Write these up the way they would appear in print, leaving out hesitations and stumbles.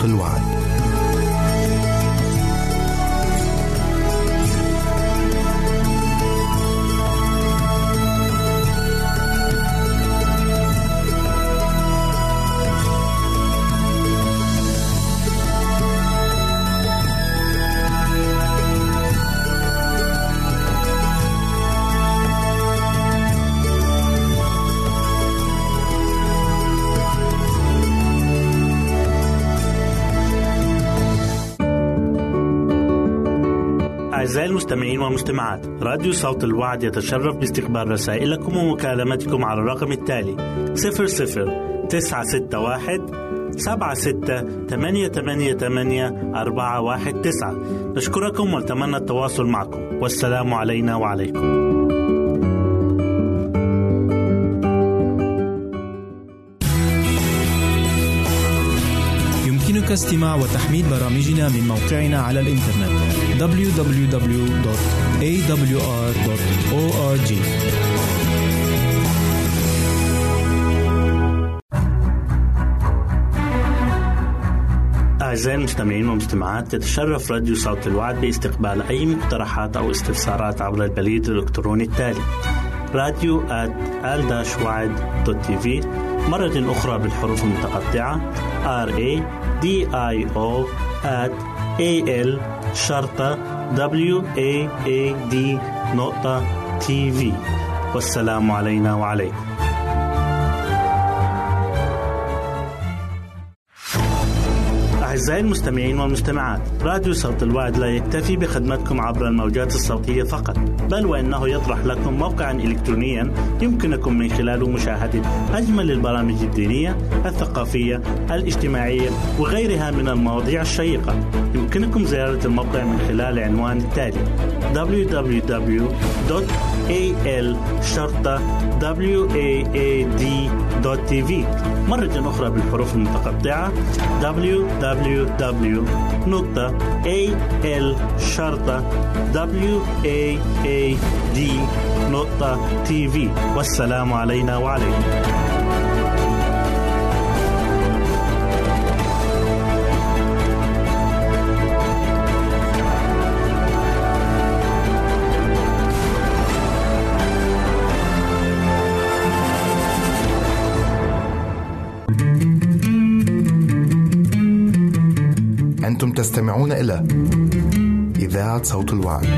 الوعد. أعزائي المستمعين والمستمعات، راديو صوت الوعد يتشرف باستقبال رسائلكم ومكالمتكم على الرقم التالي 00-961-76-88-419. نشكركم ونتمنى التواصل معكم، والسلام علينا وعليكم. يمكنك استماع وتحميل برامجنا من موقعنا على الإنترنت www.awr.org. أعزائي المستمعين والمستمعات، يتشرف راديو صوت الوعد باستقبال أي مقترحات أو استفسارات عبر البريد الإلكتروني التالي radio@al-wad.tv، مرة أخرى بالحروف المتقطعة radio@al-wad.tv. والسلام علينا وعليكم. أعزائي المستمعين والمستمعات، راديو صوت الوعد لا يكتفي بخدمتكم عبر الموجات الصوتية فقط، بل وإنه يطرح لكم موقعا إلكترونيا يمكنكم من خلاله مشاهدة أجمل البرامج الدينية، الثقافية، الاجتماعية وغيرها من المواضيع الشيقة. يمكنكم زيارة الموقع من خلال عنوان التالي www.al-wad.tv، مرة أخرى بالحروف المتقطعة www.al-wad.tv. والسلام علينا وعليكم. أنتم تستمعون إلى إذاعة صوت الوعد.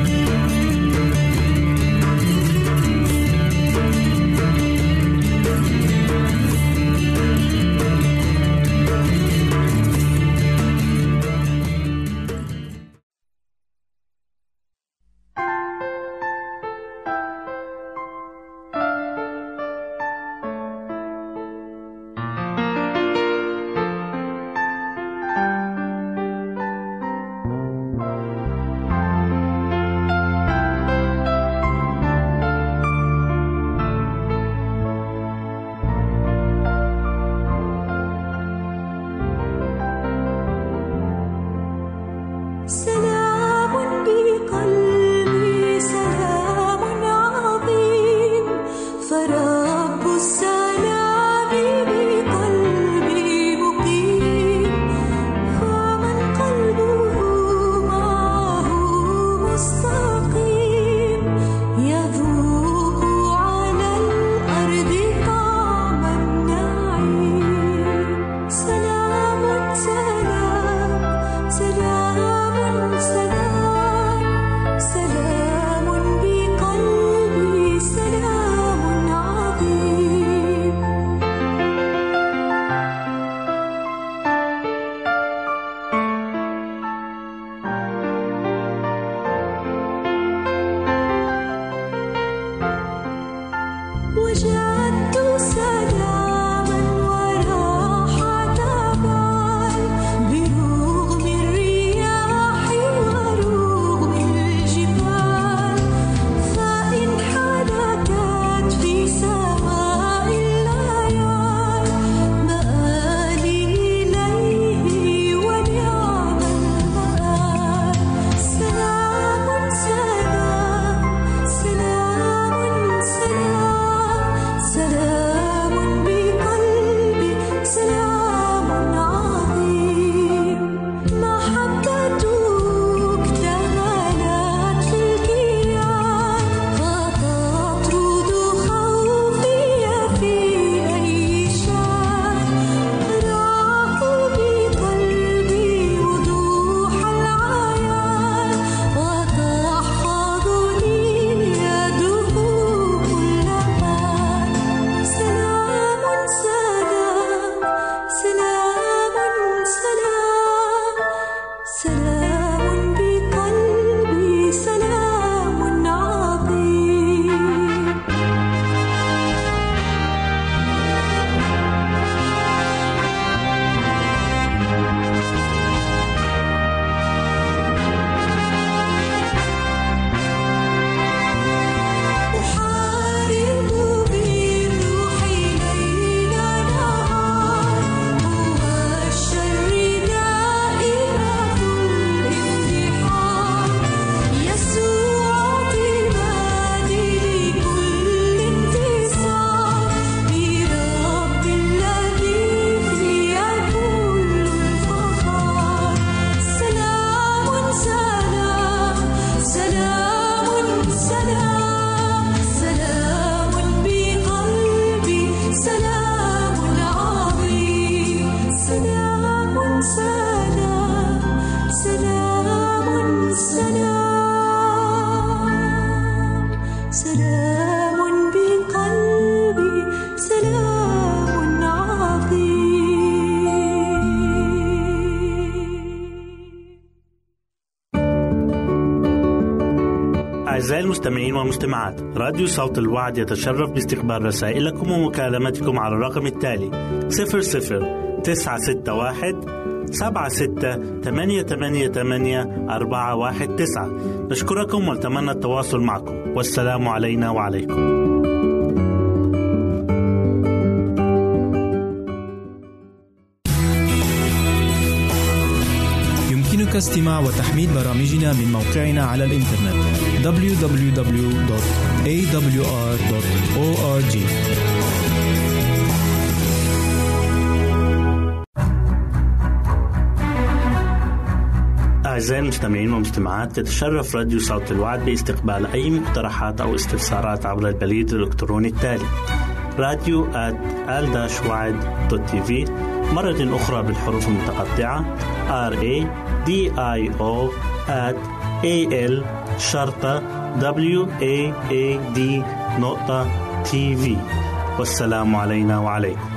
أعزائي المستمعين والمستمعات، راديو صوت الوعد يتشرف باستقبال رسائلكم ومكالمتكم على الرقم التالي 00-961-76-88-419. نشكركم ونتمنى التواصل معكم، والسلام علينا وعليكم. يمكنك استماع وتحميل برامجنا من موقعنا على الإنترنت www.awr.org. أعزائي المستمعين والمستمعات، يتشرف راديو صوت الوعد باستقبال أي مقترحات أو استفسارات عبر البريد الإلكتروني التالي radio@al-wad.tv، مرة أخرى بالحروف المتقطعة radio@al-wad.tv. والسلام علينا وعليكم.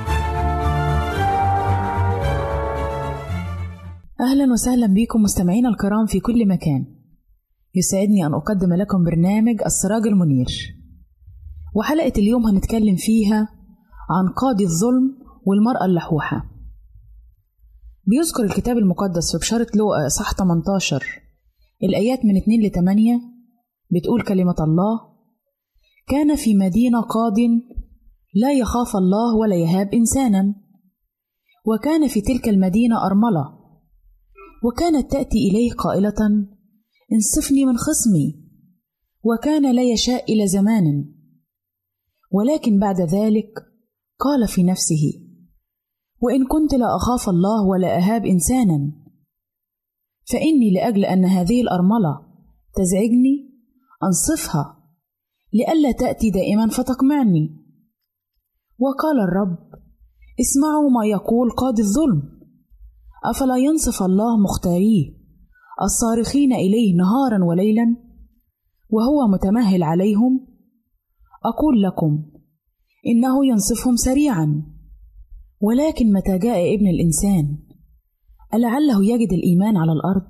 أهلا وسهلا بكم مستمعين الكرام في كل مكان. يسعدني أن أقدم لكم برنامج السراج المنير، وحلقة اليوم هنتكلم فيها عن قاضي الظلم والمرأة اللحوحة. بيذكر الكتاب المقدس في بشارة لوقا صح 18 الآيات من 2-8 بتقول كلمة الله: كان في مدينة قاض لا يخاف الله ولا يهاب إنسانا، وكان في تلك المدينة أرملة، وكانت تأتي إليه قائلة: انصفني من خصمي، وكان لا يشاء إلى زمان. ولكن بعد ذلك قال في نفسه: وإن كنت لا أخاف الله ولا أهاب إنسانا، فإني لأجل أن هذه الأرملة تزعجني أنصفها لئلا تأتي دائما فتقمعني. وقال الرب: اسمعوا ما يقول قاضي الظلم، أفلا ينصف الله مختاريه الصارخين إليه نهارا وليلا وهو متمهل عليهم؟ أقول لكم إنه ينصفهم سريعا. ولكن متى جاء ابن الإنسان ألعله يجد الإيمان على الأرض؟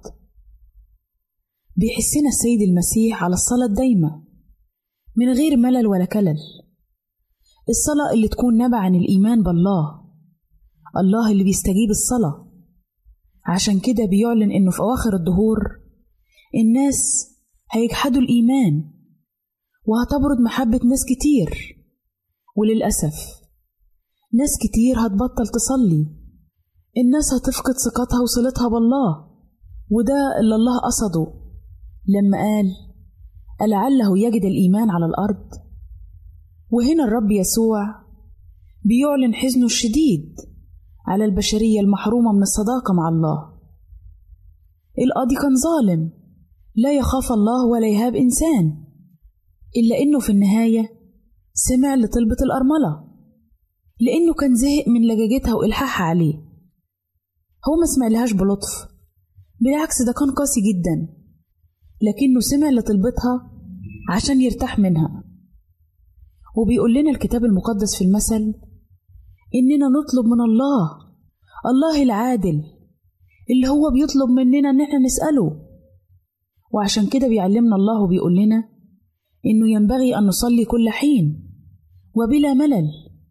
بيحسنا السيد المسيح على الصلاة الدايمة من غير ملل ولا كلل، الصلاة اللي تكون نبع عن الإيمان بالله، الله اللي بيستجيب الصلاة. عشان كده بيعلن إنه في أواخر الدهور الناس هيجحدوا الإيمان وهتبرد محبة ناس كتير، وللأسف ناس كتير هتبطل تصلي، الناس هتفقد ثقتها وصلتها بالله. وده اللي الله قصده لما قال: ألعله يجد الإيمان على الأرض. وهنا الرب يسوع بيعلن حزنه الشديد على البشرية المحرومة من الصداقة مع الله. القاضي كان ظالم لا يخاف الله ولا يهاب إنسان، إلا إنه في النهاية سمع لطلبة الأرملة، لأنه كان زهق من لجاجتها وإلحاحها عليه. هو ما سمع لهاش بلطف، بالعكس ده كان قاسي جدا، لكنه سمع لطلبتها عشان يرتاح منها. وبيقول لنا الكتاب المقدس في المثل إننا نطلب من الله العادل اللي هو بيطلب مننا إن احنا نسأله. وعشان كده بيعلمنا الله وبيقول لنا إنه ينبغي أن نصلي كل حين وبلا ملل.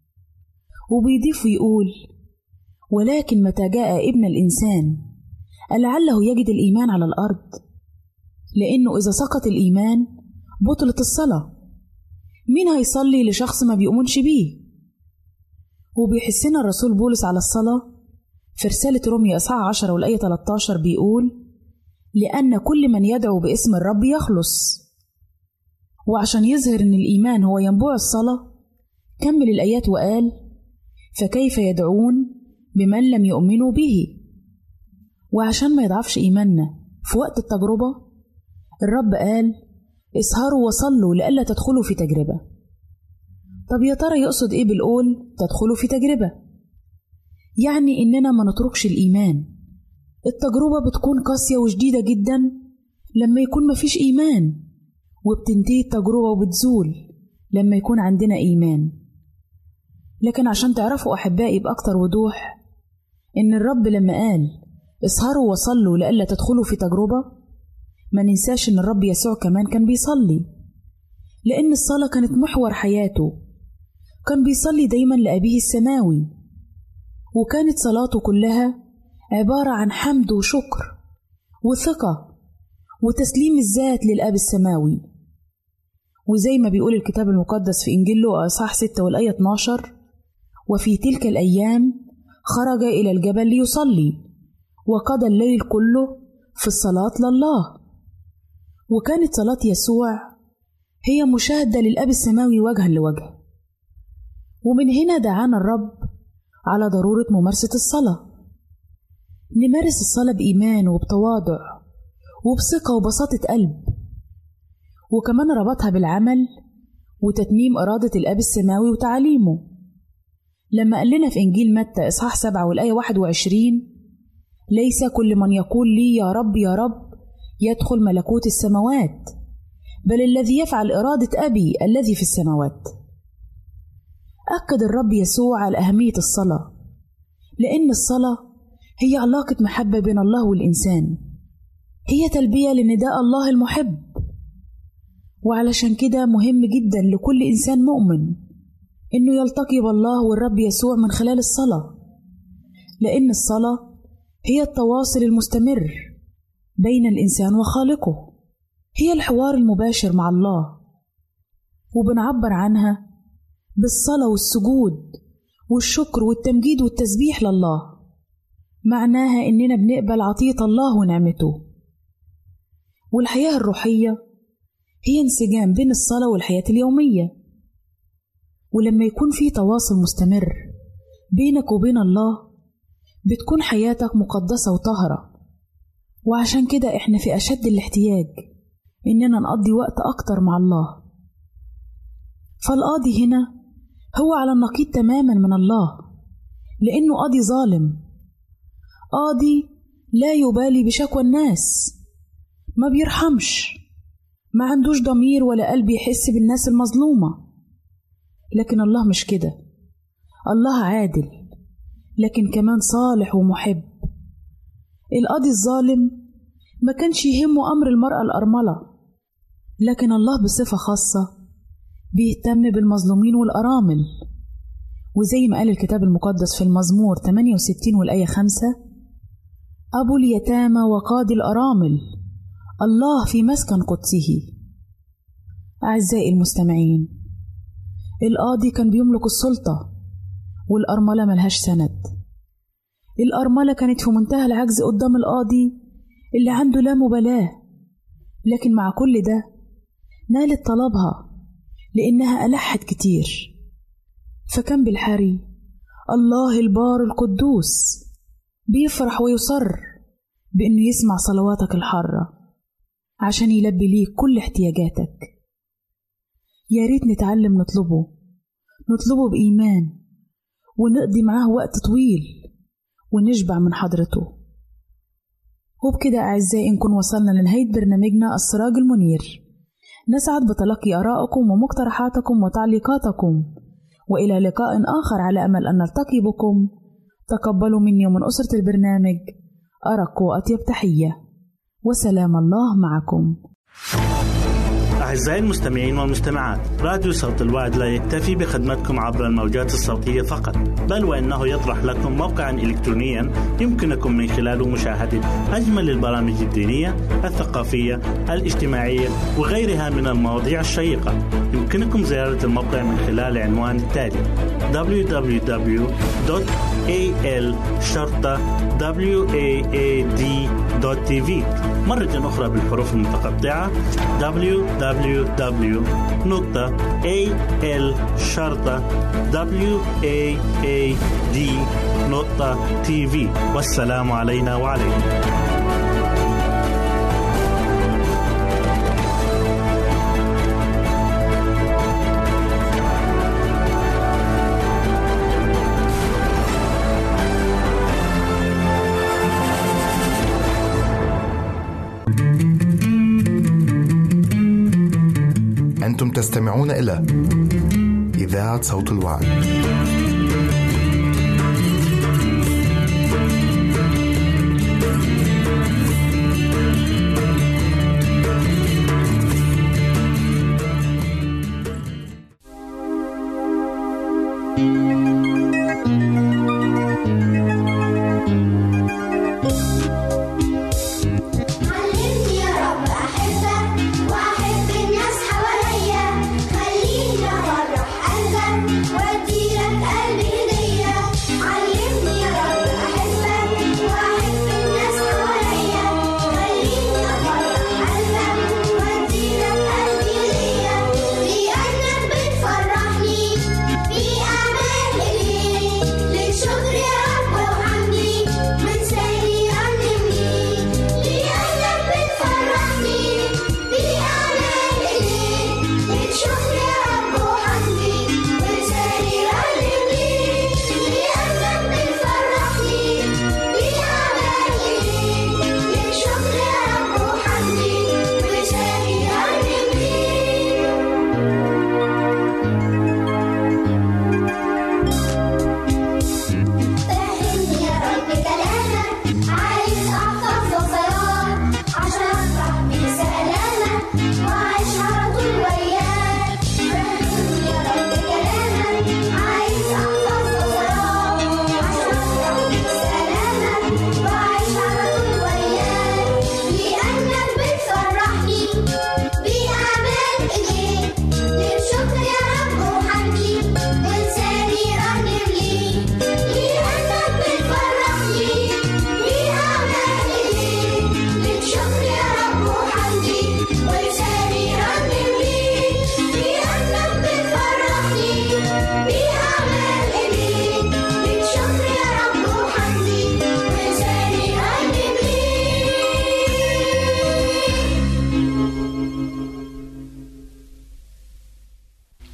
وبيضيف ويقول: ولكن متى جاء ابن الإنسان ألعله يجد الإيمان على الأرض. لأنه إذا سقط الإيمان بطلت الصلاة. مين هيصلي لشخص ما بيؤمنش بيه؟ وبيحسنا الرسول بولس على الصلاة في رسالة رومية إصحاح 10 والآية 13 بيقول: لأن كل من يدعو باسم الرب يخلص. وعشان يظهر إن الإيمان هو ينبوع الصلاة كمل الآيات وقال: فكيف يدعون بمن لم يؤمنوا به. وعشان ما يضعفش إيماننا في وقت التجربة الرب قال: اسهروا وصلوا لئلا تدخلوا في تجربة. طب يا ترى يقصد إيه بالقول تدخلوا في تجربة؟ يعني إننا ما نتركش الإيمان. التجربة بتكون قاسية وشديدة جدا لما يكون مفيش إيمان، وبتنتهي التجربة وبتزول لما يكون عندنا إيمان. لكن عشان تعرفوا أحبائي بأكتر وضوح إن الرب لما قال اسهروا وصلوا لئلا تدخلوا في تجربة، ما ننساش إن الرب يسوع كمان كان بيصلي، لأن الصلاة كانت محور حياته. كان بيصلي دايما لأبيه السماوي، وكانت صلاته كلها عبارة عن حمد وشكر وثقة وتسليم الذات للأب السماوي. وزي ما بيقول الكتاب المقدس في إنجيل لوقا إصحاح 6 والآية 12: وفي تلك الأيام خرج إلى الجبل ليصلي وقضى الليل كله في الصلاة لله. وكانت صلاة يسوع هي مشاهدة للأب السماوي وجها لوجه. ومن هنا دعانا الرب على ضرورة ممارسة الصلاة. نمارس الصلاة بإيمان وبتواضع وبثقة وبساطة قلب، وكمان ربطها بالعمل وتتميم إرادة الأب السماوي وتعاليمه، لما قال لنا في إنجيل متى إصحاح 7 والآية 21: ليس كل من يقول لي يا رب يا رب يدخل ملكوت السماوات، بل الذي يفعل إرادة أبي الذي في السماوات. أكد الرب يسوع على أهمية الصلاة، لأن الصلاة هي علاقة محبة بين الله والإنسان، هي تلبية لنداء الله المحب. وعلشان كده مهم جدا لكل إنسان مؤمن إنه يلتقي بالله والرب يسوع من خلال الصلاة، لأن الصلاة هي التواصل المستمر بين الإنسان وخالقه، هي الحوار المباشر مع الله، وبنعبر عنها بالصلاة والسجود والشكر والتمجيد والتسبيح لله. معناها إننا بنقبل عطية الله ونعمته. والحياة الروحية هي انسجام بين الصلاة والحياة اليومية. ولما يكون في تواصل مستمر بينك وبين الله بتكون حياتك مقدسة وطاهرة. وعشان كده إحنا في أشد الاحتياج إننا نقضي وقت أكتر مع الله. فالقاضي هنا هو على النقيض تماما من الله، لأنه قاضي ظالم، قاضي لا يبالي بشكوى الناس، ما بيرحمش، ما عندوش ضمير ولا قلب يحس بالناس المظلومة. لكن الله مش كده، الله عادل لكن كمان صالح ومحب. القاضي الظالم ما كانش يهمه أمر المرأة الأرملة، لكن الله بصفة خاصة بيهتم بالمظلومين والأرامل. وزي ما قال الكتاب المقدس في المزمور 68 والآية 5: أبو اليتامى وقاضي الأرامل، الله في مسكن قدسه. أعزائي المستمعين، القاضي كان بيملك السلطة والأرملة ملهاش سند. الأرملة كانت في منتهى العجز قدام القاضي اللي عنده لا مبالاة، لكن مع كل ده نالت طلبها لأنها ألحت كتير. فكان بالحري الله البار القدوس بيفرح ويصر بأنه يسمع صلواتك الحارة عشان يلبي ليك كل احتياجاتك. يا ريت نتعلم نطلبه بإيمان ونقضي معاه وقت طويل ونشبع من حضرته. وبكده أعزائي نكون وصلنا لنهاية برنامجنا السراج المنير. نسعد بتلقي آرائكم ومقترحاتكم وتعليقاتكم، وإلى لقاء آخر على أمل أن نلتقي بكم. تقبلوا مني ومن أسرة البرنامج أرق وأطيب تحية، وسلام الله معكم. أعزائي المستمعين والمستمعات، راديو صوت الوعد لا يكتفي بخدمتكم عبر الموجات الصوتية فقط، بل وإنه يطرح لكم موقعا إلكترونيا يمكنكم من خلاله مشاهدة أجمل البرامج الدينية، الثقافية، الاجتماعية وغيرها من المواضيع الشيقة. يمكنكم زيارة الموقع من خلال العنوان التالي: www.al-waad.tv. مرة أخرى بالحروف المتقطعة: www.al-waad.tv. والسلام علينا وعليكم. أنتم تستمعون إلى إذاعة صوت الوعد.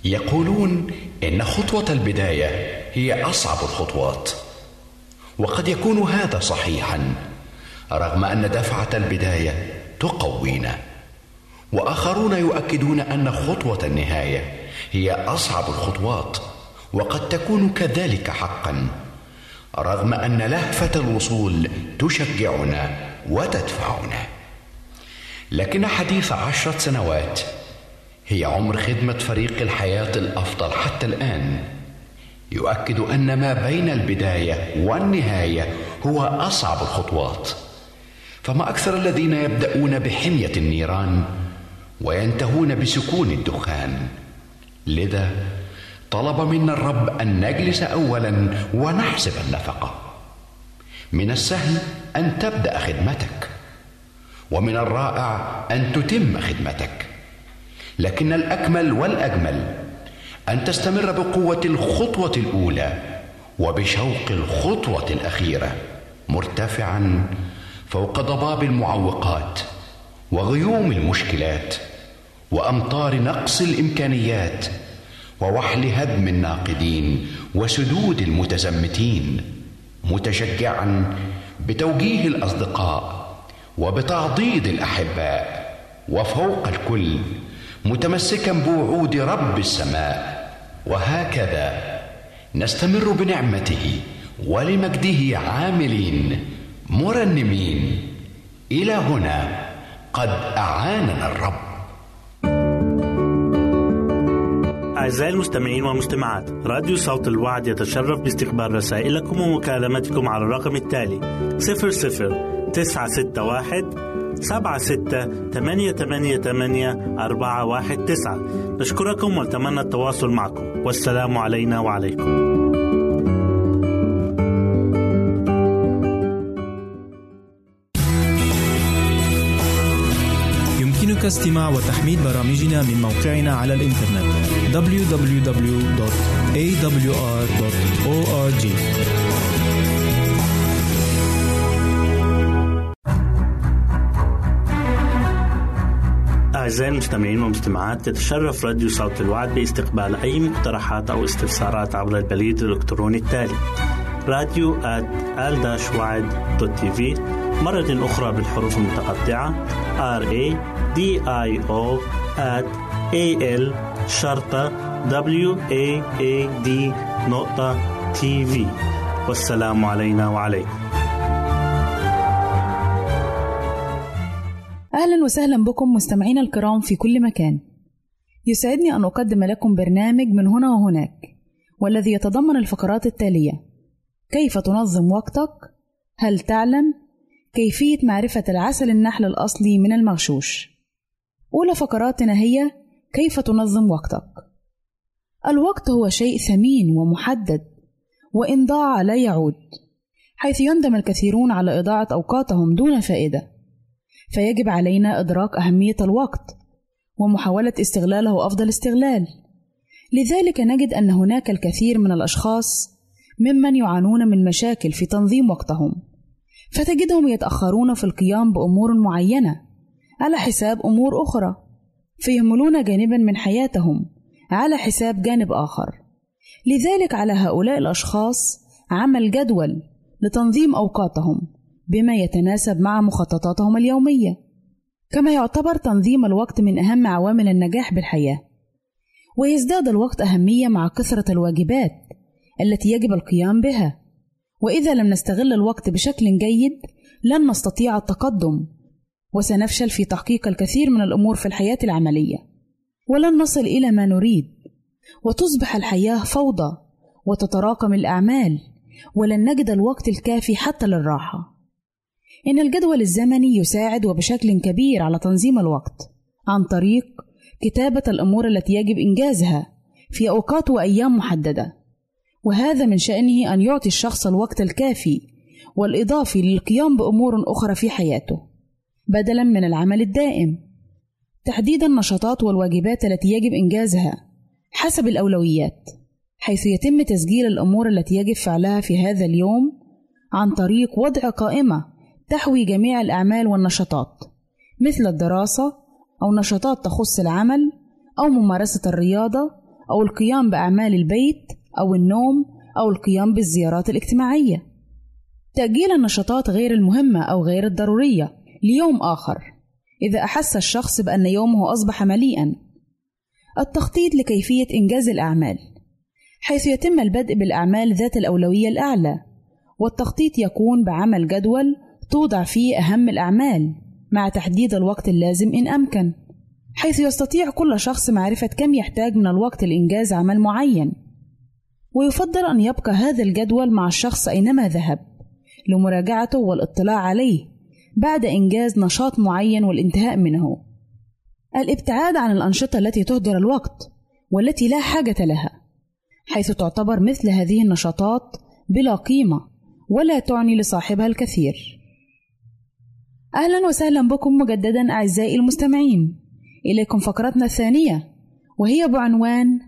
يقولون إن خطوة البداية هي أصعب الخطوات، وقد يكون هذا صحيحا، رغم أن دفعة البداية تقوينا. وآخرون يؤكدون أن خطوة النهاية هي أصعب الخطوات، وقد تكون كذلك حقا، رغم أن لهفة الوصول تشجعنا وتدفعنا. لكن حديث 10 سنوات هي عمر خدمة فريق الحياة الأفضل حتى الآن، يؤكد أن ما بين البداية والنهاية هو أصعب الخطوات. فما أكثر الذين يبدأون بحمية النيران وينتهون بسكون الدخان. لذا طلب منا الرب أن نجلس أولا ونحسب النفقة. من السهل أن تبدأ خدمتك، ومن الرائع أن تتم خدمتك، لكن الأكمل والأجمل أن تستمر بقوة الخطوة الأولى وبشوق الخطوة الأخيرة، مرتفعا فوق ضباب المعوقات وغيوم المشكلات وأمطار نقص الإمكانيات ووحل هدم الناقدين وسدود المتزمتين، متشجعا بتوجيه الأصدقاء وبتعضيد الأحباء، وفوق الكل متمسكا بوعود رب السماء. وهكذا نستمر بنعمته ولمجده عاملين مرنمين. إلى هنا قد أعاننا الرب. أعزائي المستمعين والمستمعات، راديو صوت الوعد يتشرف باستقبال رسائلكم ومكالمتكم على الرقم التالي 00-961-76-88-419. نشكركم ونتمنى التواصل معكم، والسلام علينا وعليكم. يمكنك استماع وتحميل برامجنا من موقعنا على الإنترنت www.awr.org. أعزائي المستمعين والمستمعات، يتشرف راديو صوت الوعد باستقبال أي مقترحات أو استفسارات عبر البريد الإلكتروني التالي radio@al-wad.tv، مرة أخرى بالحروف المتقطعة radio@al-wad.tv. والسلام علينا وعليكم. أهلا وسهلا بكم مستمعينا الكرام في كل مكان. يسعدني أن أقدم لكم برنامج من هنا وهناك، والذي يتضمن الفقرات التالية: كيف تنظم وقتك؟ هل تعلم؟ كيفية معرفة العسل النحل الأصلي من المغشوش. أولى فقراتنا هي كيف تنظم وقتك. الوقت هو شيء ثمين ومحدد، وإن ضاع لا يعود، حيث يندم الكثيرون على إضاعة أوقاتهم دون فائدة. فيجب علينا إدراك أهمية الوقت ومحاولة استغلاله أفضل استغلال. لذلك نجد أن هناك الكثير من الأشخاص ممن يعانون من مشاكل في تنظيم وقتهم، فتجدهم يتأخرون في القيام بأمور معينة على حساب أمور أخرى، فيهملون جانبا من حياتهم على حساب جانب آخر. لذلك على هؤلاء الأشخاص عمل جدول لتنظيم أوقاتهم بما يتناسب مع مخططاتهم اليومية. كما يعتبر تنظيم الوقت من أهم عوامل النجاح بالحياة، ويزداد الوقت أهمية مع كثرة الواجبات التي يجب القيام بها. وإذا لم نستغل الوقت بشكل جيد لن نستطيع التقدم، وسنفشل في تحقيق الكثير من الأمور في الحياة العملية، ولن نصل إلى ما نريد، وتصبح الحياة فوضى وتتراكم الأعمال، ولن نجد الوقت الكافي حتى للراحة. إن الجدول الزمني يساعد وبشكل كبير على تنظيم الوقت عن طريق كتابة الأمور التي يجب إنجازها في أوقات وأيام محددة، وهذا من شأنه أن يعطي الشخص الوقت الكافي والإضافي للقيام بأمور أخرى في حياته بدلاً من العمل الدائم. تحديد النشاطات والواجبات التي يجب إنجازها حسب الأولويات، حيث يتم تسجيل الأمور التي يجب فعلها في هذا اليوم عن طريق وضع قائمة تحوي جميع الأعمال والنشاطات، مثل الدراسة أو نشاطات تخص العمل أو ممارسة الرياضة أو القيام بأعمال البيت أو النوم أو القيام بالزيارات الاجتماعية. تأجيل النشاطات غير المهمة أو غير الضرورية ليوم آخر إذا أحس الشخص بأن يومه أصبح مليئا. التخطيط لكيفية إنجاز الأعمال، حيث يتم البدء بالأعمال ذات الأولوية الأعلى، والتخطيط يكون بعمل جدول توضع فيه أهم الأعمال مع تحديد الوقت اللازم إن أمكن، حيث يستطيع كل شخص معرفة كم يحتاج من الوقت لإنجاز عمل معين. ويفضل أن يبقى هذا الجدول مع الشخص أينما ذهب لمراجعته والاطلاع عليه بعد إنجاز نشاط معين والانتهاء منه. الابتعاد عن الأنشطة التي تهدر الوقت والتي لا حاجة لها، حيث تعتبر مثل هذه النشاطات بلا قيمة ولا تعني لصاحبها الكثير. أهلا وسهلا بكم مجددا أعزائي المستمعين، إليكم فقرتنا الثانية وهي بعنوان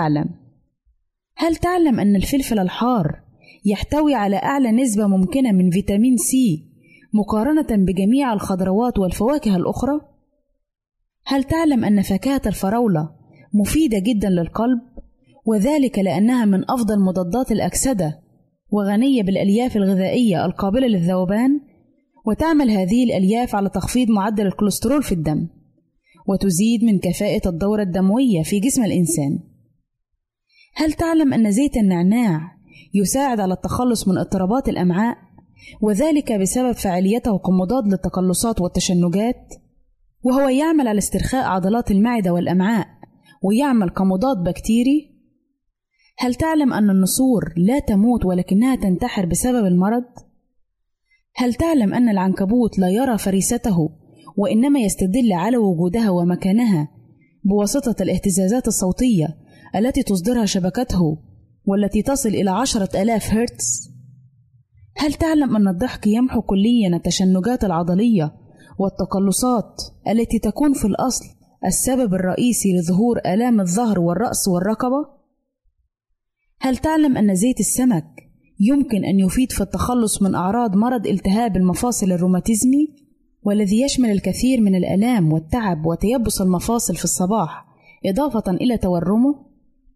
هل تعلم أن الفلفل الحار يحتوي على أعلى نسبة ممكنة من فيتامين سي مقارنة بجميع الخضروات والفواكه الأخرى؟ هل تعلم أن فاكهة الفراولة مفيدة جدا للقلب، وذلك لأنها من أفضل مضادات الأكسدة وغنية بالألياف الغذائية القابلة للذوبان، وتعمل هذه الألياف على تخفيض معدل الكوليسترول في الدم وتزيد من كفاءة الدورة الدموية في جسم الإنسان؟ هل تعلم أن زيت النعناع يساعد على التخلص من اضطرابات الأمعاء، وذلك بسبب فعاليته كمضاد للتقلصات والتشنجات، وهو يعمل على استرخاء عضلات المعدة والأمعاء ويعمل كمضاد بكتيري؟ هل تعلم أن النسور لا تموت ولكنها تنتحر بسبب المرض؟ هل تعلم أن العنكبوت لا يرى فريسته وإنما يستدل على وجودها ومكانها بواسطة الاهتزازات الصوتية التي تصدرها شبكته والتي تصل إلى 10,000 هرتز؟ هل تعلم أن الضحك يمحو كليا التشنجات العضلية والتقلصات التي تكون في الأصل السبب الرئيسي لظهور آلام الظهر والرأس والرقبة؟ هل تعلم أن زيت السمك يمكن أن يفيد في التخلص من أعراض مرض التهاب المفاصل الروماتيزمي، والذي يشمل الكثير من الآلام والتعب وتيبس المفاصل في الصباح إضافة إلى تورمه؟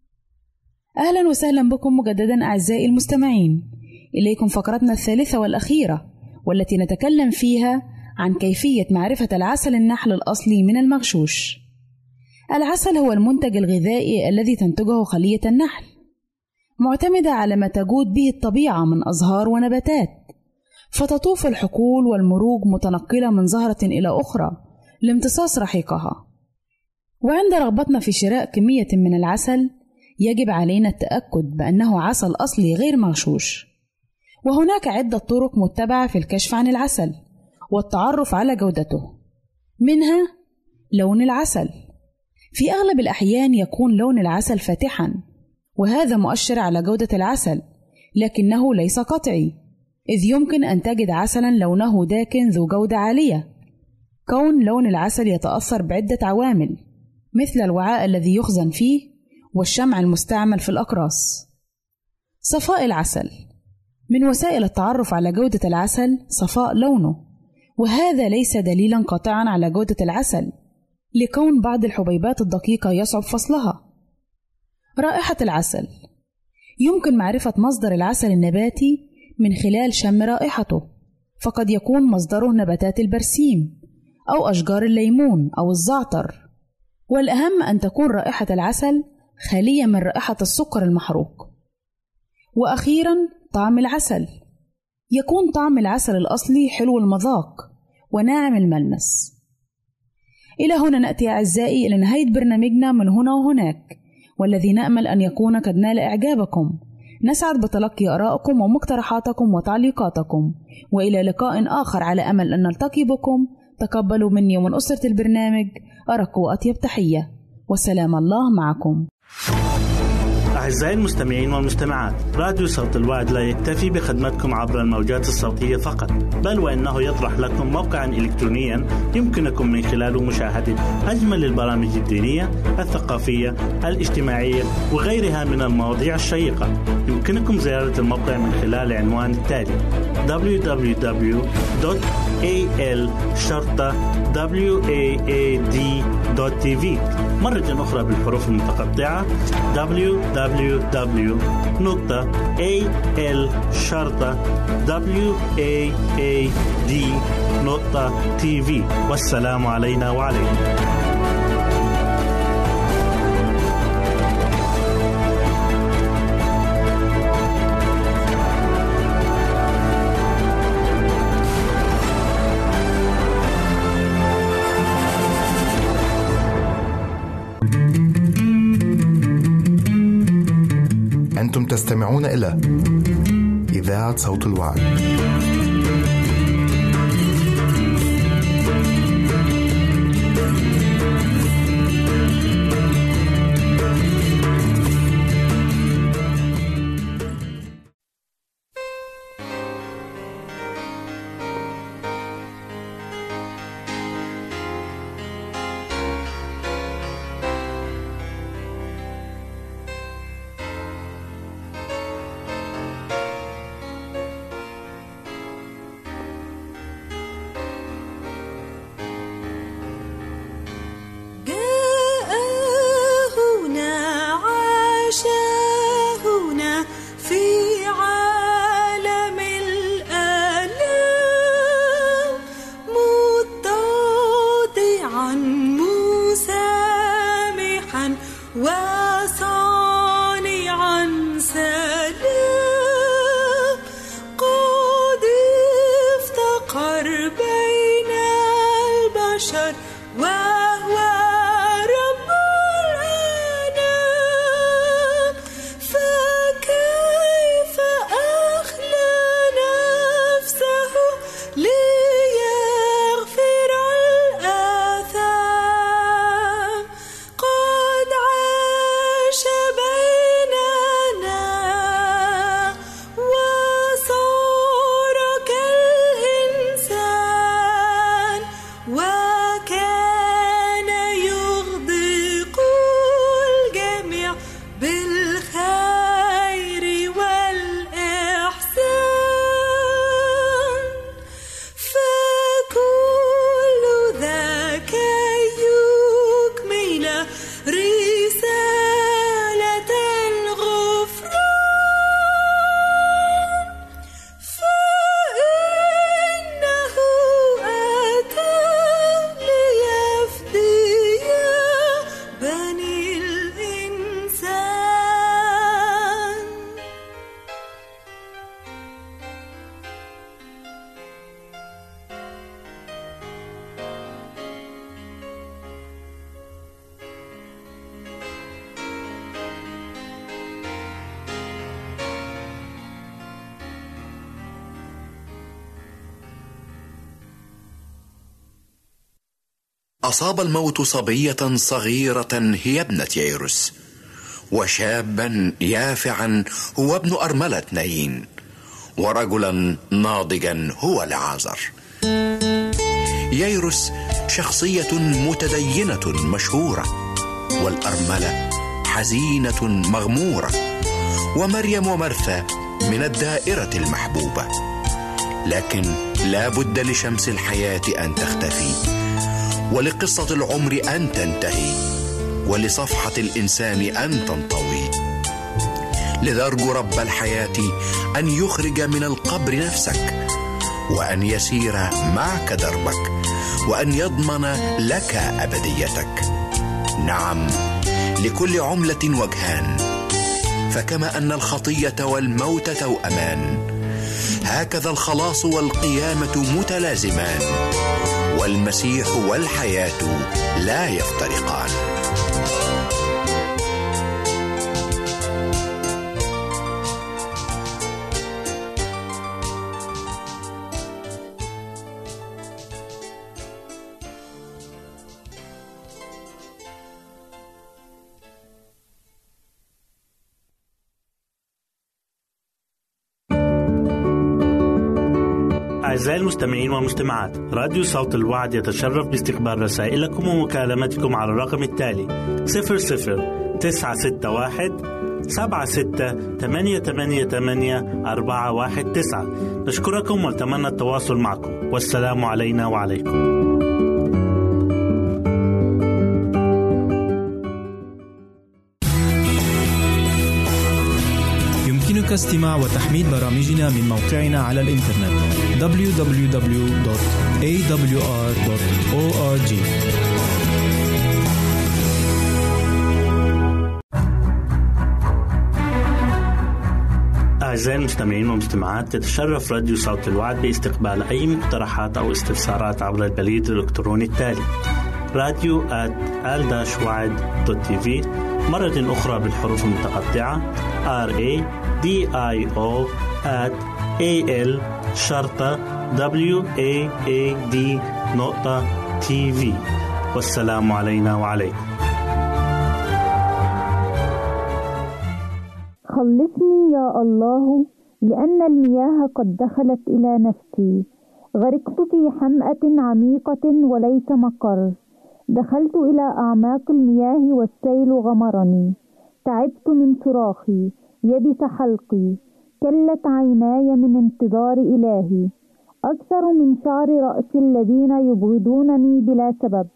أهلا وسهلا بكم مجددا أعزائي المستمعين، إليكم فقرتنا الثالثة والأخيرة، والتي نتكلم فيها عن كيفية معرفة العسل النحل الأصلي من المغشوش. العسل هو المنتج الغذائي الذي تنتجه خلية النحل، معتمدة على ما تجود به الطبيعة من أزهار ونباتات، فتطوف الحقول والمروج متنقلة من زهرة إلى أخرى لامتصاص رحيقها. وعند رغبتنا في شراء كمية من العسل يجب علينا التأكد بأنه عسل أصلي غير مغشوش. وهناك عدة طرق متبعة في الكشف عن العسل والتعرف على جودته، منها لون العسل. في أغلب الأحيان يكون لون العسل فاتحا، وهذا مؤشر على جودة العسل، لكنه ليس قطعي، إذ يمكن أن تجد عسلا لونه داكن ذو جودة عالية. كون لون العسل يتأثر بعدة عوامل مثل الوعاء الذي يخزن فيه والشمع المستعمل في الأقراص. صفاء العسل. من وسائل التعرف على جودة العسل صفاء لونه، وهذا ليس دليلا قاطعا على جودة العسل، لكون بعض الحبيبات الدقيقة يصعب فصلها. رائحة العسل. يمكن معرفة مصدر العسل النباتي من خلال شم رائحته، فقد يكون مصدره نباتات البرسيم أو أشجار الليمون أو الزعتر. والأهم أن تكون رائحة العسل خالية من رائحة السكر المحروق. وأخيرا طعم العسل. يكون طعم العسل الأصلي حلو المذاق وناعم الملمس. إلى هنا نأتي أعزائي إلى نهاية برنامجنا من هنا وهناك، والذي نأمل أن يكون قد نال إعجابكم. نسعد بتلقي آرائكم ومقترحاتكم وتعليقاتكم، وإلى لقاء آخر على أمل أن نلتقي بكم. تقبلوا مني ومن أسرة البرنامج أرق وأطيب تحية، وسلام الله معكم. أعزائي المستمعين والمستمعات، راديو صوت الوعد لا يكتفي بخدمتكم عبر الموجات الصوتية فقط، بل وإنه يطرح لكم موقعا إلكترونيا يمكنكم من خلاله مشاهدة أجمل البرامج الدينية، الثقافية، الاجتماعية وغيرها من المواضيع الشيقة. يمكنكم زيارة الموقع من خلال العنوان التالي: www.awr.org. al@waad.tv. مرة أخرى بالحروف المتقطعة www.al@waad.tv. والسلام علينا وعليكم. أنتم تستمعون إلى إذاعة صوت الوعد. أصاب الموت صبية صغيرة هي ابنة ييروس، وشابا يافعا هو ابن أرملة نايين، ورجلا ناضجا هو لعازر. ييروس شخصية متدينة مشهورة، والأرملة حزينة مغمورة، ومريم ومرثا من الدائرة المحبوبة. لكن لا بد لشمس الحياة أن تختفي، ولقصة العمر أن تنتهي، ولصفحة الإنسان أن تنطوي. لذا أرجو رب الحياة أن يخرج من القبر نفسك، وأن يسير معك دربك، وأن يضمن لك أبديتك. نعم، لكل عملة وجهان، فكما أن الخطية والموت توأمان، هكذا الخلاص والقيامة متلازمان، والمسيح والحياة لا يفترقان. أعزائي المستمعين والمستمعات، راديو صوت الوعد يتشرف باستقبال رسائلكم ومكالمتكم على الرقم التالي 00961 76-888-419. نشكركم ونتمنى التواصل معكم، والسلام علينا وعليكم. يمكنك استماع وتحميل برامجنا من موقعنا على الإنترنت www.awr.org. أعزائي المستمعين والمستمعات، تتشرف راديو صوت الوعد باستقبال أي مقترحات أو استفسارات عبر البريد الإلكتروني التالي radio@al-wad.tv، مرة أخرى بالحروف المتقطعة radio@al-wad.tv. والسلام علينا وعليكم. خلصني يا الله، لأن المياه قد دخلت إلى نفسي. غرقت في حمأة عميقة وليس مقر. دخلت إلى أعماق المياه والسيل غمرني. تعبت من صراخي، يبس حلقي، كلت عيناي من انتظار إلهي. أكثر من شعر رأسي الذين يبغضونني بلا سبب.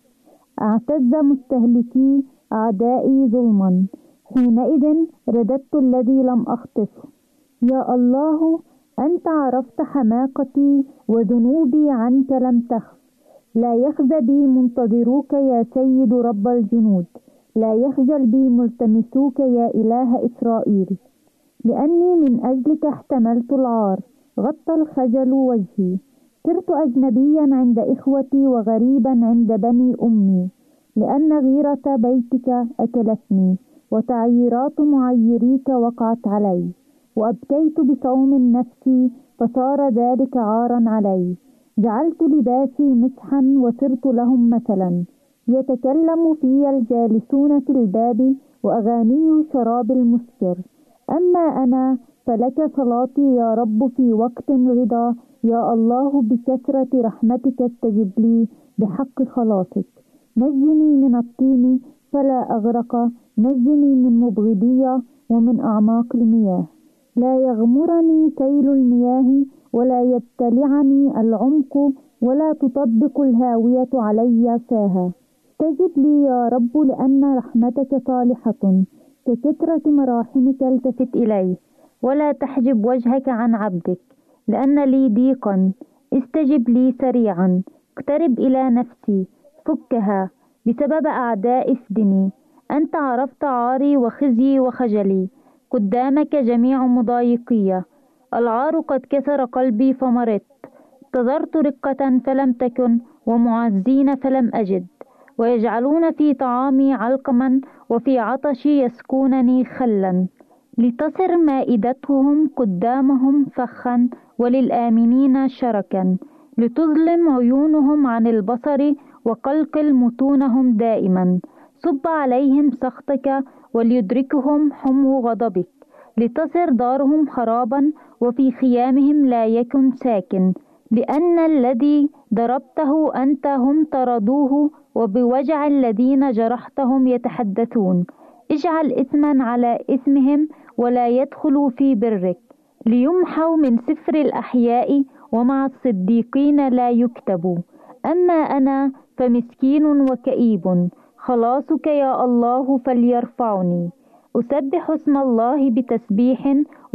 اعتز مستهلكي أعدائي ظلما. حينئذ رددت الذي لم أخطفه. يا الله، أنت عرفت حماقتي وذنوبي عنك لم تخف. لا يخزى بي منتظروك يا سيد رب الجنود. لا يخجل بي ملتمسوك يا إله إسرائيل. لأني من أجلك احتملت العار، غطى الخجل وجهي. صرت أجنبيا عند إخوتي وغريبا عند بني أمي، لأن غيرة بيتك أكلتني وتعييرات معيريك وقعت علي. وأبكيت بصوم نفسي فصار ذلك عارا علي. جعلت لباسي مسحا وصرت لهم مثلا. يتكلم في الجالسون في الباب وأغاني شراب المسكر. أما أنا فلك صلاتي يا رب في وقت رضا. يا الله، بكثرة رحمتك استجب لي بحق خلاصك. نجني من الطين فلا أغرق. نجني من مبغضية ومن أعماق المياه. لا يغمرني سيل المياه ولا يبتلعني العمق ولا تطبق الهاوية علي فاها. استجب لي يا رب، لأن رحمتك صالحة. ككثرة مراحمك التفت إلي، ولا تحجب وجهك عن عبدك، لأن لي ضيقا. استجب لي سريعا. اقترب إلى نفسي، فكها بسبب أعداء افدني. أنت عرفت عاري وخزي وخجلي، قدامك جميع مضايقية. العار قد كسر قلبي فمرضت. انتظرت رقة فلم تكن، ومعزين فلم أجد. ويجعلون في طعامي علقما، وفي عطشي يسكونني خلا. لتصر مائدتهم قدامهم فخا، وللآمنين شركا. لتظلم عيونهم عن البصر، وقلقل متونهم دائما. صب عليهم سخطك، وليدركهم حمو غضبك. لتصر دارهم خرابا، وفي خيامهم لا يكن ساكن. لأن الذي ضربته أنت هم طردوه، وبوجع الذين جرحتهم يتحدثون. اجعل إثما على إثمهم، ولا يدخلوا في برك. ليمحوا من سفر الأحياء، ومع الصديقين لا يكتبوا. أما أنا فمسكين وكئيب، خلاصك يا الله فليرفعني. أسبح اسم الله بتسبيح،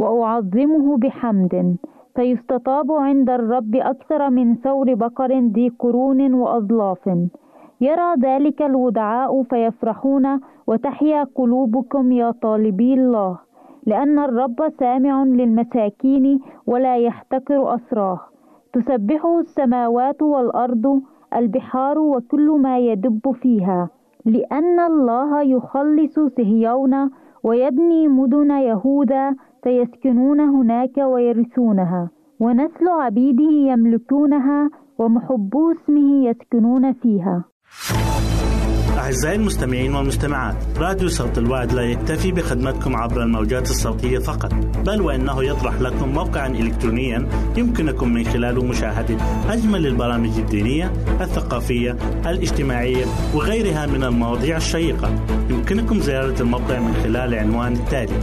وأعظمه بحمد. فيستطاب عند الرب أكثر من ثور بقر ذي قرون وأظلاف. يرى ذلك الودعاء فيفرحون، وتحيا قلوبكم يا طالبي الله. لأن الرب سامع للمساكين، ولا يحتقر أسراه. تسبحه السماوات والأرض، البحار وكل ما يدب فيها. لأن الله يخلص صهيون، ويبني مدن يهوذا، فيسكنون هناك ويرثونها. ونسل عبيده يملكونها، ومحبو اسمه يسكنون فيها. أعزائي المستمعين والمستمعات، راديو صوت الوعد لا يكتفي بخدمتكم عبر الموجات الصوتية فقط، بل وإنه يطرح لكم موقعا إلكترونيا يمكنكم من خلاله مشاهدة أجمل البرامج الدينية، الثقافية، الاجتماعية وغيرها من المواضيع الشيقة. يمكنكم زيارة الموقع من خلال العنوان التالي: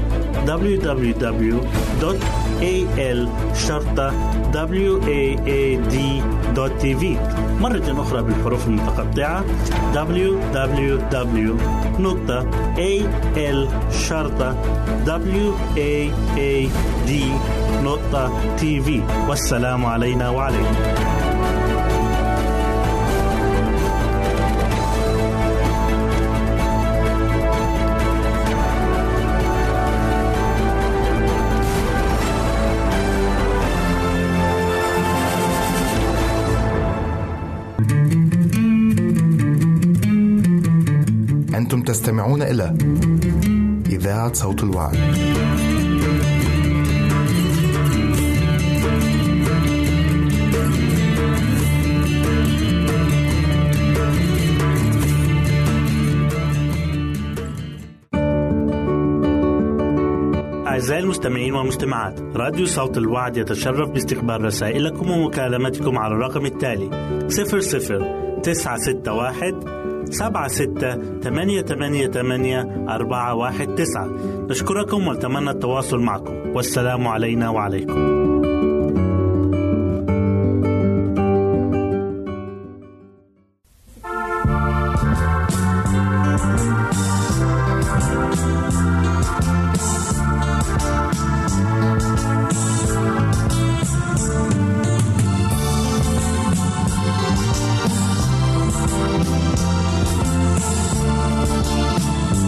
www.al-waad.tv. مرة أخرى بالحروف المتقطعة: www.al-waad.tv. والسلام علينا وعليكم. أنتم تستمعون إلى إذاعة صوت الوعد. أعزائي المستمعين والمستمعات، راديو صوت الوعد يتشرف باستقبال رسائلكم ومكالمتكم على الرقم التالي: 00-961-76-88-419. نشكركم ونتمنى التواصل معكم، والسلام علينا وعليكم.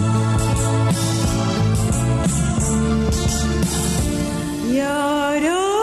يا رب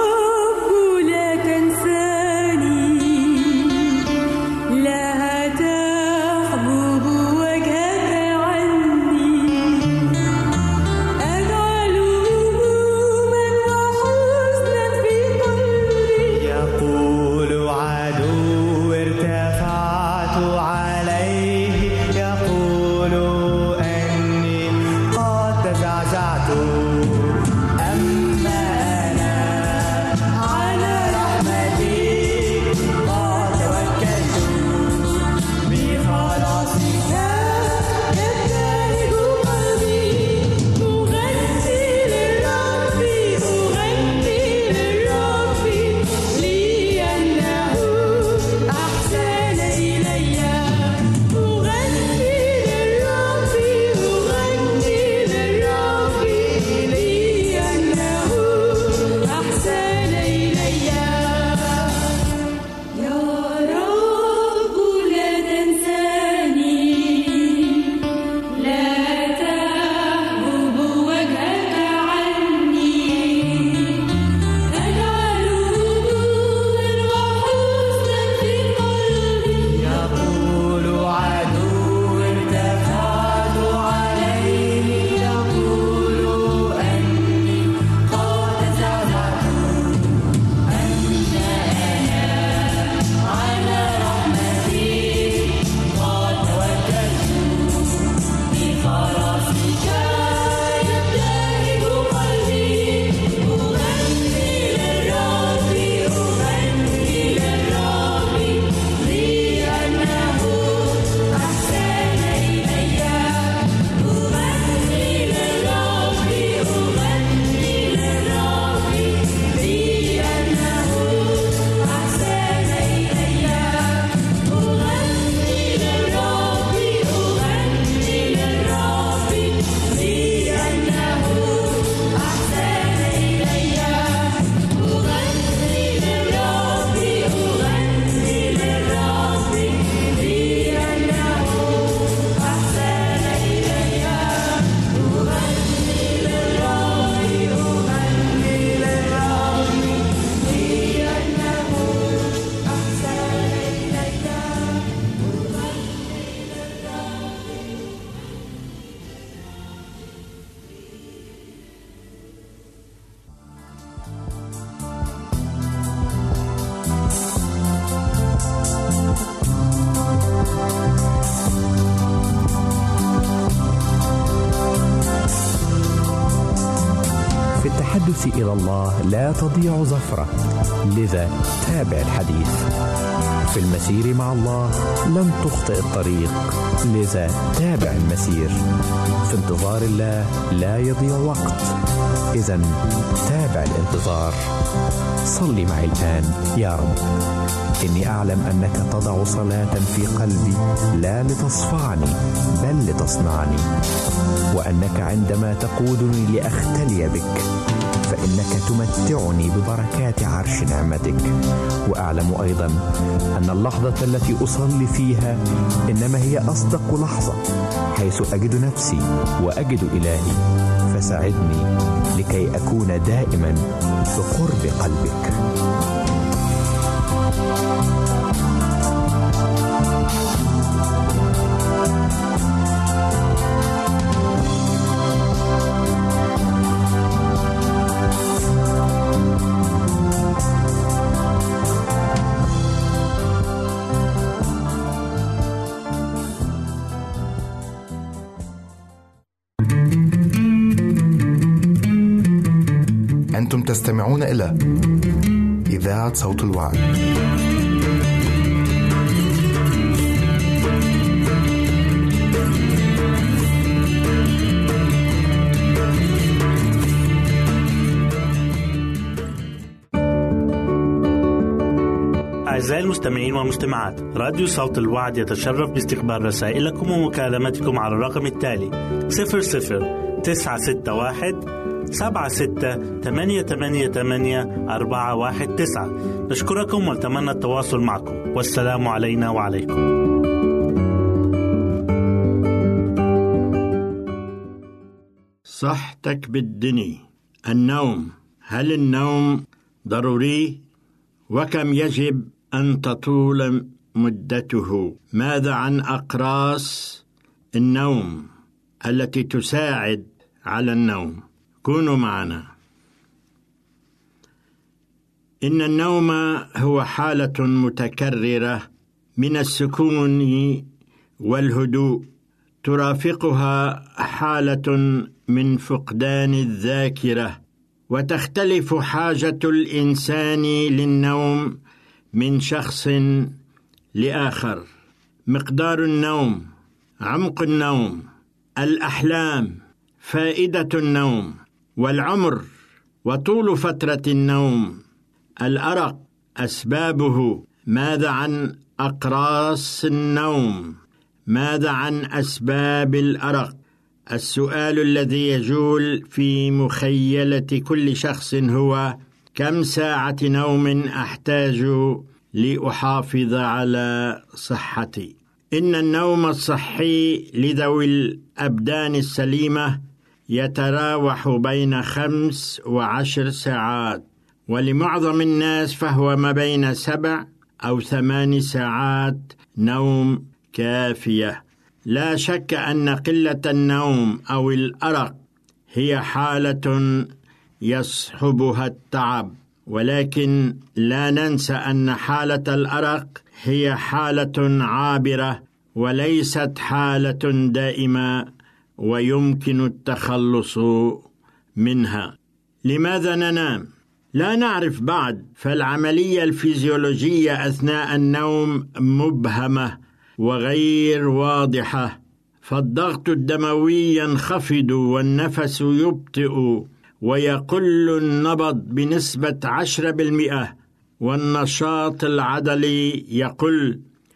التحدث إلى الله لا تضيع زفرة، لذا تابع الحديث. في المسير مع الله لن تخطئ الطريق، لذا تابع المسير. في انتظار الله لا يضيع وقت، إذن تابع الانتظار. صلي معي الآن: يا رب، إني أعلم أنك تضع صلاة في قلبي لا لتصفعني بل لتصنعني، وأنك عندما تقودني لأختلي بك فإنك تمتعني ببركات عرش نعمتك. وأعلم أيضا أن اللحظة التي أصلي فيها إنما هي أصدق لحظة، حيث أجد نفسي وأجد إلهي. فساعدني لكي أكون دائما بقرب قلبك. أنتم تستمعون إلى إذاعة صوت الوعد. أعزائي المستمعين والمستمعات، راديو صوت الوعد يتشرف باستقبال رسائلكم ومكالمتكم على الرقم التالي 00-961-76-88-419. نشكركم ونتمنى التواصل معكم، والسلام علينا وعليكم. صحتك بالدني. النوم، هل النوم ضروري؟ وكم يجب أن تطول مدته؟ ماذا عن أقراص النوم التي تساعد على النوم؟ كونوا معنا. إن النوم هو حالة متكررة من السكون والهدوء، ترافقها حالة من فقدان الذاكرة، وتختلف حاجة الإنسان للنوم من شخص لآخر. مقدار النوم، عمق النوم، الأحلام، فائدة النوم، والعمر، وطول فترة النوم، الأرق، أسبابه. ماذا عن أقراص النوم؟ ماذا عن أسباب الأرق؟ السؤال الذي يجول في مخيلة كل شخص هو: كم ساعة نوم أحتاج لأحافظ على صحتي؟ إن النوم الصحي لذوي الأبدان السليمة يتراوح بين 5 و10 ساعات، ولمعظم الناس فهو ما بين 7 أو 8 ساعات نوم كافية. لا شك أن قلة النوم أو الأرق هي حالة يصحبها التعب، ولكن لا ننسى أن حالة الأرق هي حالة عابرة وليست حالة دائمة، ويمكن التخلص منها. لماذا ننام؟ لا نعرف بعد، فالعملية الفيزيولوجية أثناء النوم مبهمة وغير واضحة، فالضغط الدموي ينخفض والنفس يبطئ ويقل النبض بنسبة 10%، والنشاط العضلي يقل،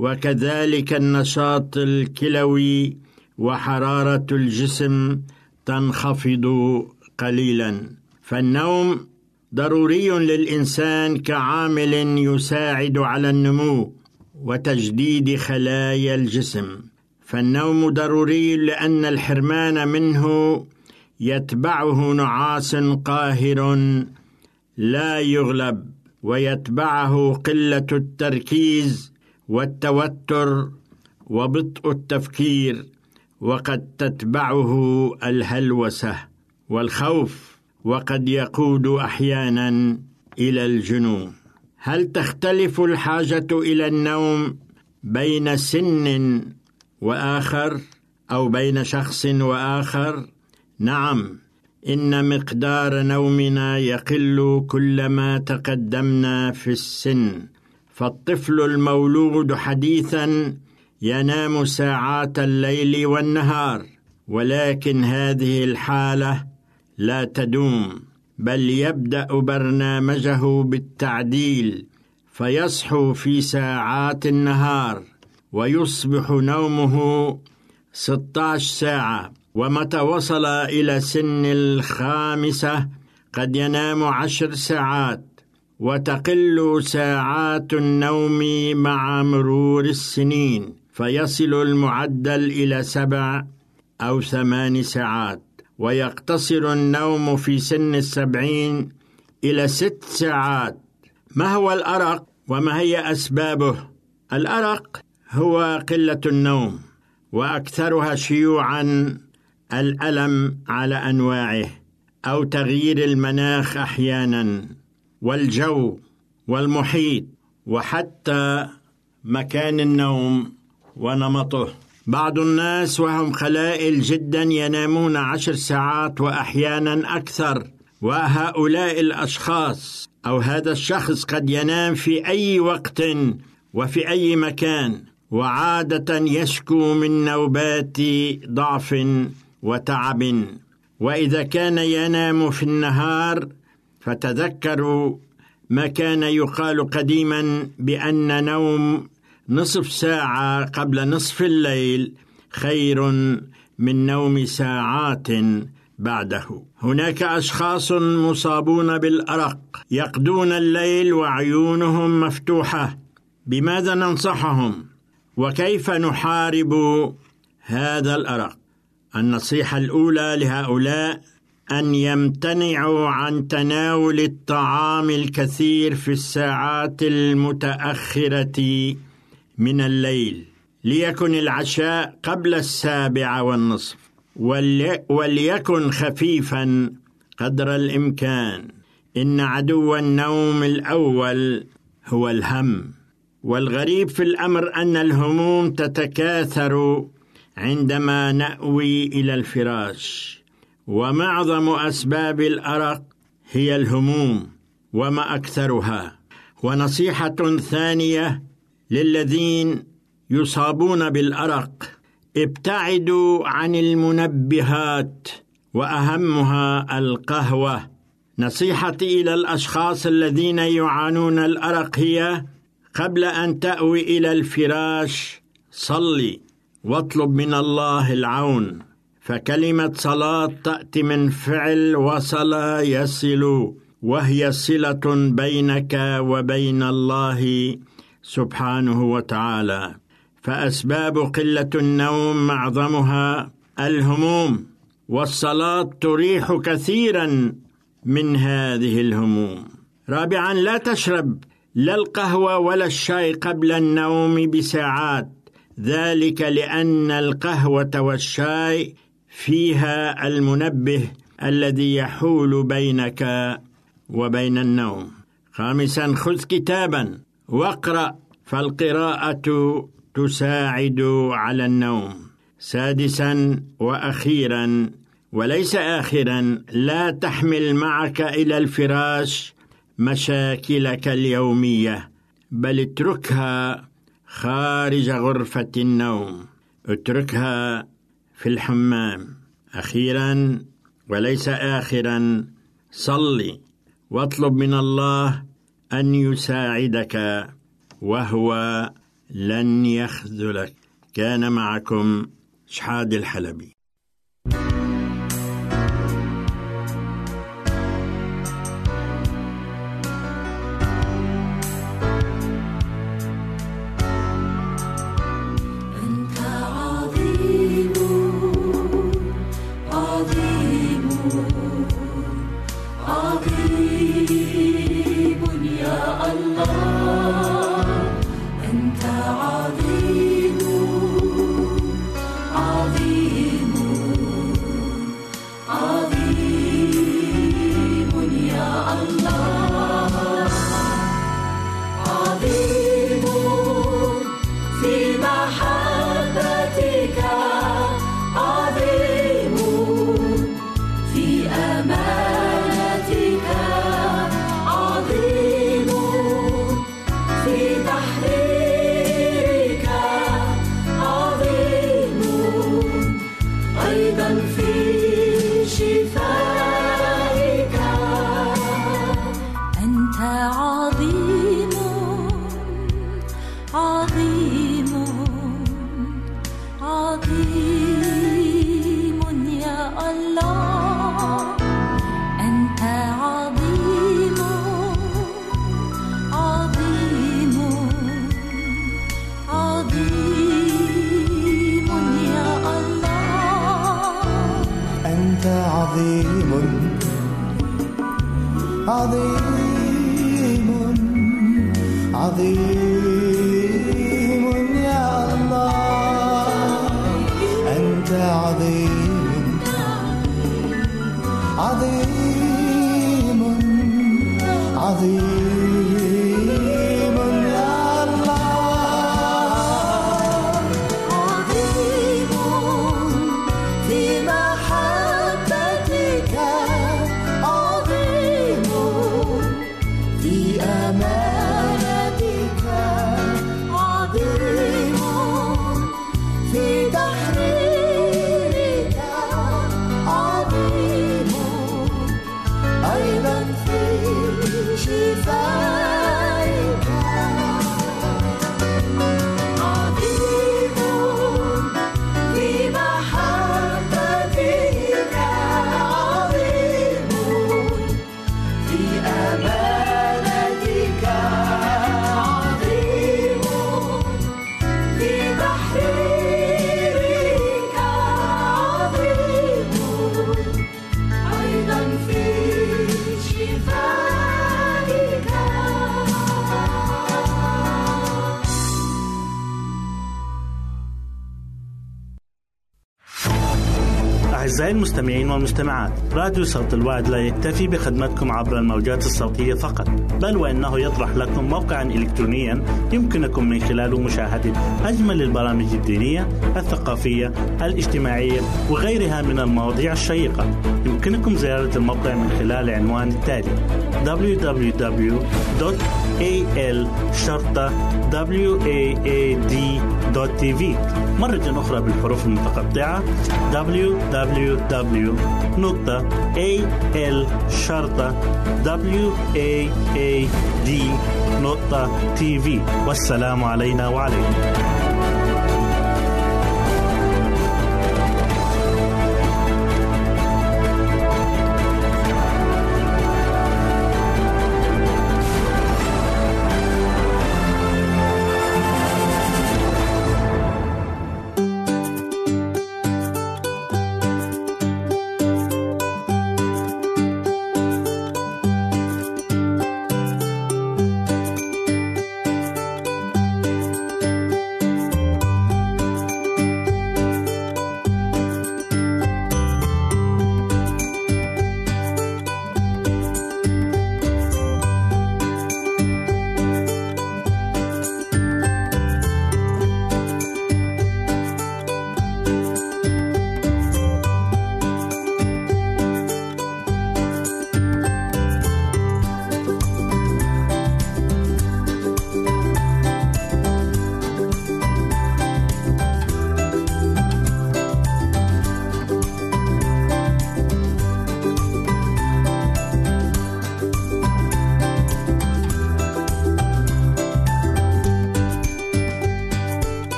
وكذلك النشاط الكلوي، وحرارة الجسم تنخفض قليلا. فالنوم ضروري للإنسان كعامل يساعد على النمو وتجديد خلايا الجسم. فالنوم ضروري لأن الحرمان منه يتبعه نعاس قاهر لا يغلب، ويتبعه قلة التركيز والتوتر وبطء التفكير، وقد تتبعه الهلوسة والخوف، وقد يقود أحيانا إلى الجنون. هل تختلف الحاجة إلى النوم بين سن وآخر أو بين شخص وآخر؟ نعم، إن مقدار نومنا يقل كلما تقدمنا في السن، فالطفل المولود حديثا ينام ساعات الليل والنهار، ولكن هذه الحالة لا تدوم، بل يبدأ برنامجه بالتعديل فيصحو في ساعات النهار ويصبح نومه 16 ساعة، ومتى وصل إلى سن 5 قد ينام 10 ساعات، وتقل ساعات النوم مع مرور السنين فيصل المعدل إلى 7 أو 8 ساعات، ويقتصر النوم في سن 70 إلى 6 ساعات. ما هو الأرق وما هي أسبابه؟ الأرق هو قلة النوم، وأكثرها شيوعاً الألم على أنواعه، أو تغيير المناخ أحياناً، والجو والمحيط، وحتى مكان النوم ونمطه. بعض الناس وهم قلائل جدا ينامون 10 ساعات وأحيانا أكثر، وهؤلاء الأشخاص أو هذا الشخص قد ينام في أي وقت وفي أي مكان، وعادة يشكو من نوبات ضعف وتعب. وإذا كان ينام في النهار فتذكروا ما كان يقال قديما بأن نوم نصف ساعة قبل نصف الليل خير من نوم ساعات بعده. هناك أشخاص مصابون بالأرق يقضون الليل وعيونهم مفتوحة. بماذا ننصحهم؟ وكيف نحارب هذا الأرق؟ النصيحة الأولى لهؤلاء أن يمتنعوا عن تناول الطعام الكثير في الساعات المتأخرة من الليل، ليكن العشاء قبل 7:30، وليكن خفيفا قدر الإمكان. إن عدو النوم الأول هو الهم، والغريب في الأمر أن الهموم تتكاثر عندما نأوي إلى الفراش، ومعظم أسباب الأرق هي الهموم وما أكثرها. ونصيحة ثانية للذين يصابون بالأرق: ابتعدوا عن المنبهات، وأهمها القهوة. نصيحتي إلى الأشخاص الذين يعانون الأرق هي: قبل أن تأوي إلى الفراش صلي واطلب من الله العون، فكلمة صلاة تأتي من فعل وصل يصل، وهي صلة بينك وبين الله سبحانه وتعالى. فأسباب قلة النوم معظمها الهموم، والصلاة تريح كثيرا من هذه الهموم. رابعا، لا تشرب لا القهوة ولا الشاي قبل النوم بساعات، ذلك لأن القهوة والشاي فيها المنبه الذي يحول بينك وبين النوم. خامسا، خذ كتابا واقرأ، فالقراءة تساعد على النوم. سادسا وأخيرا وليس آخرا، لا تحمل معك إلى الفراش مشاكلك اليومية، بل اتركها خارج غرفة النوم، اتركها في الحمام. أخيرا وليس آخرا، صلي واطلب من الله أن يساعدك، وهو لن يخذلك. كان معكم شحاد الحلبي. عظيم عظيم عظيم عظيم يا الله، أنت عظيم عظيم عظيم يا الله، عظيم في محبتك، عظيم في أمانتك، عظيم في تحريرك، عظيم أيضا في شفائك، عظيم في محبتك، عظيم في أمانتك، عظيم في تحريرك، عظيم أيضا في شفائك. أعزائي المستمعين والمستمعات، راديو صوت الوعد لا يكتفي بخدمتكم عبر الموجات الصوتية فقط، بل وإنه يطرح لكم موقعا إلكترونيا يمكنكم من خلاله مشاهدة أجمل البرامج الدينية، الثقافية، الاجتماعية وغيرها من المواضيع الشيقة. يمكنكم زيارة الموقع من خلال العنوان التالي: www.al-waad.tv. مرة أخرى بالحروف المتقطعة: www.al-waad.tv. والسلام علينا وعليكم.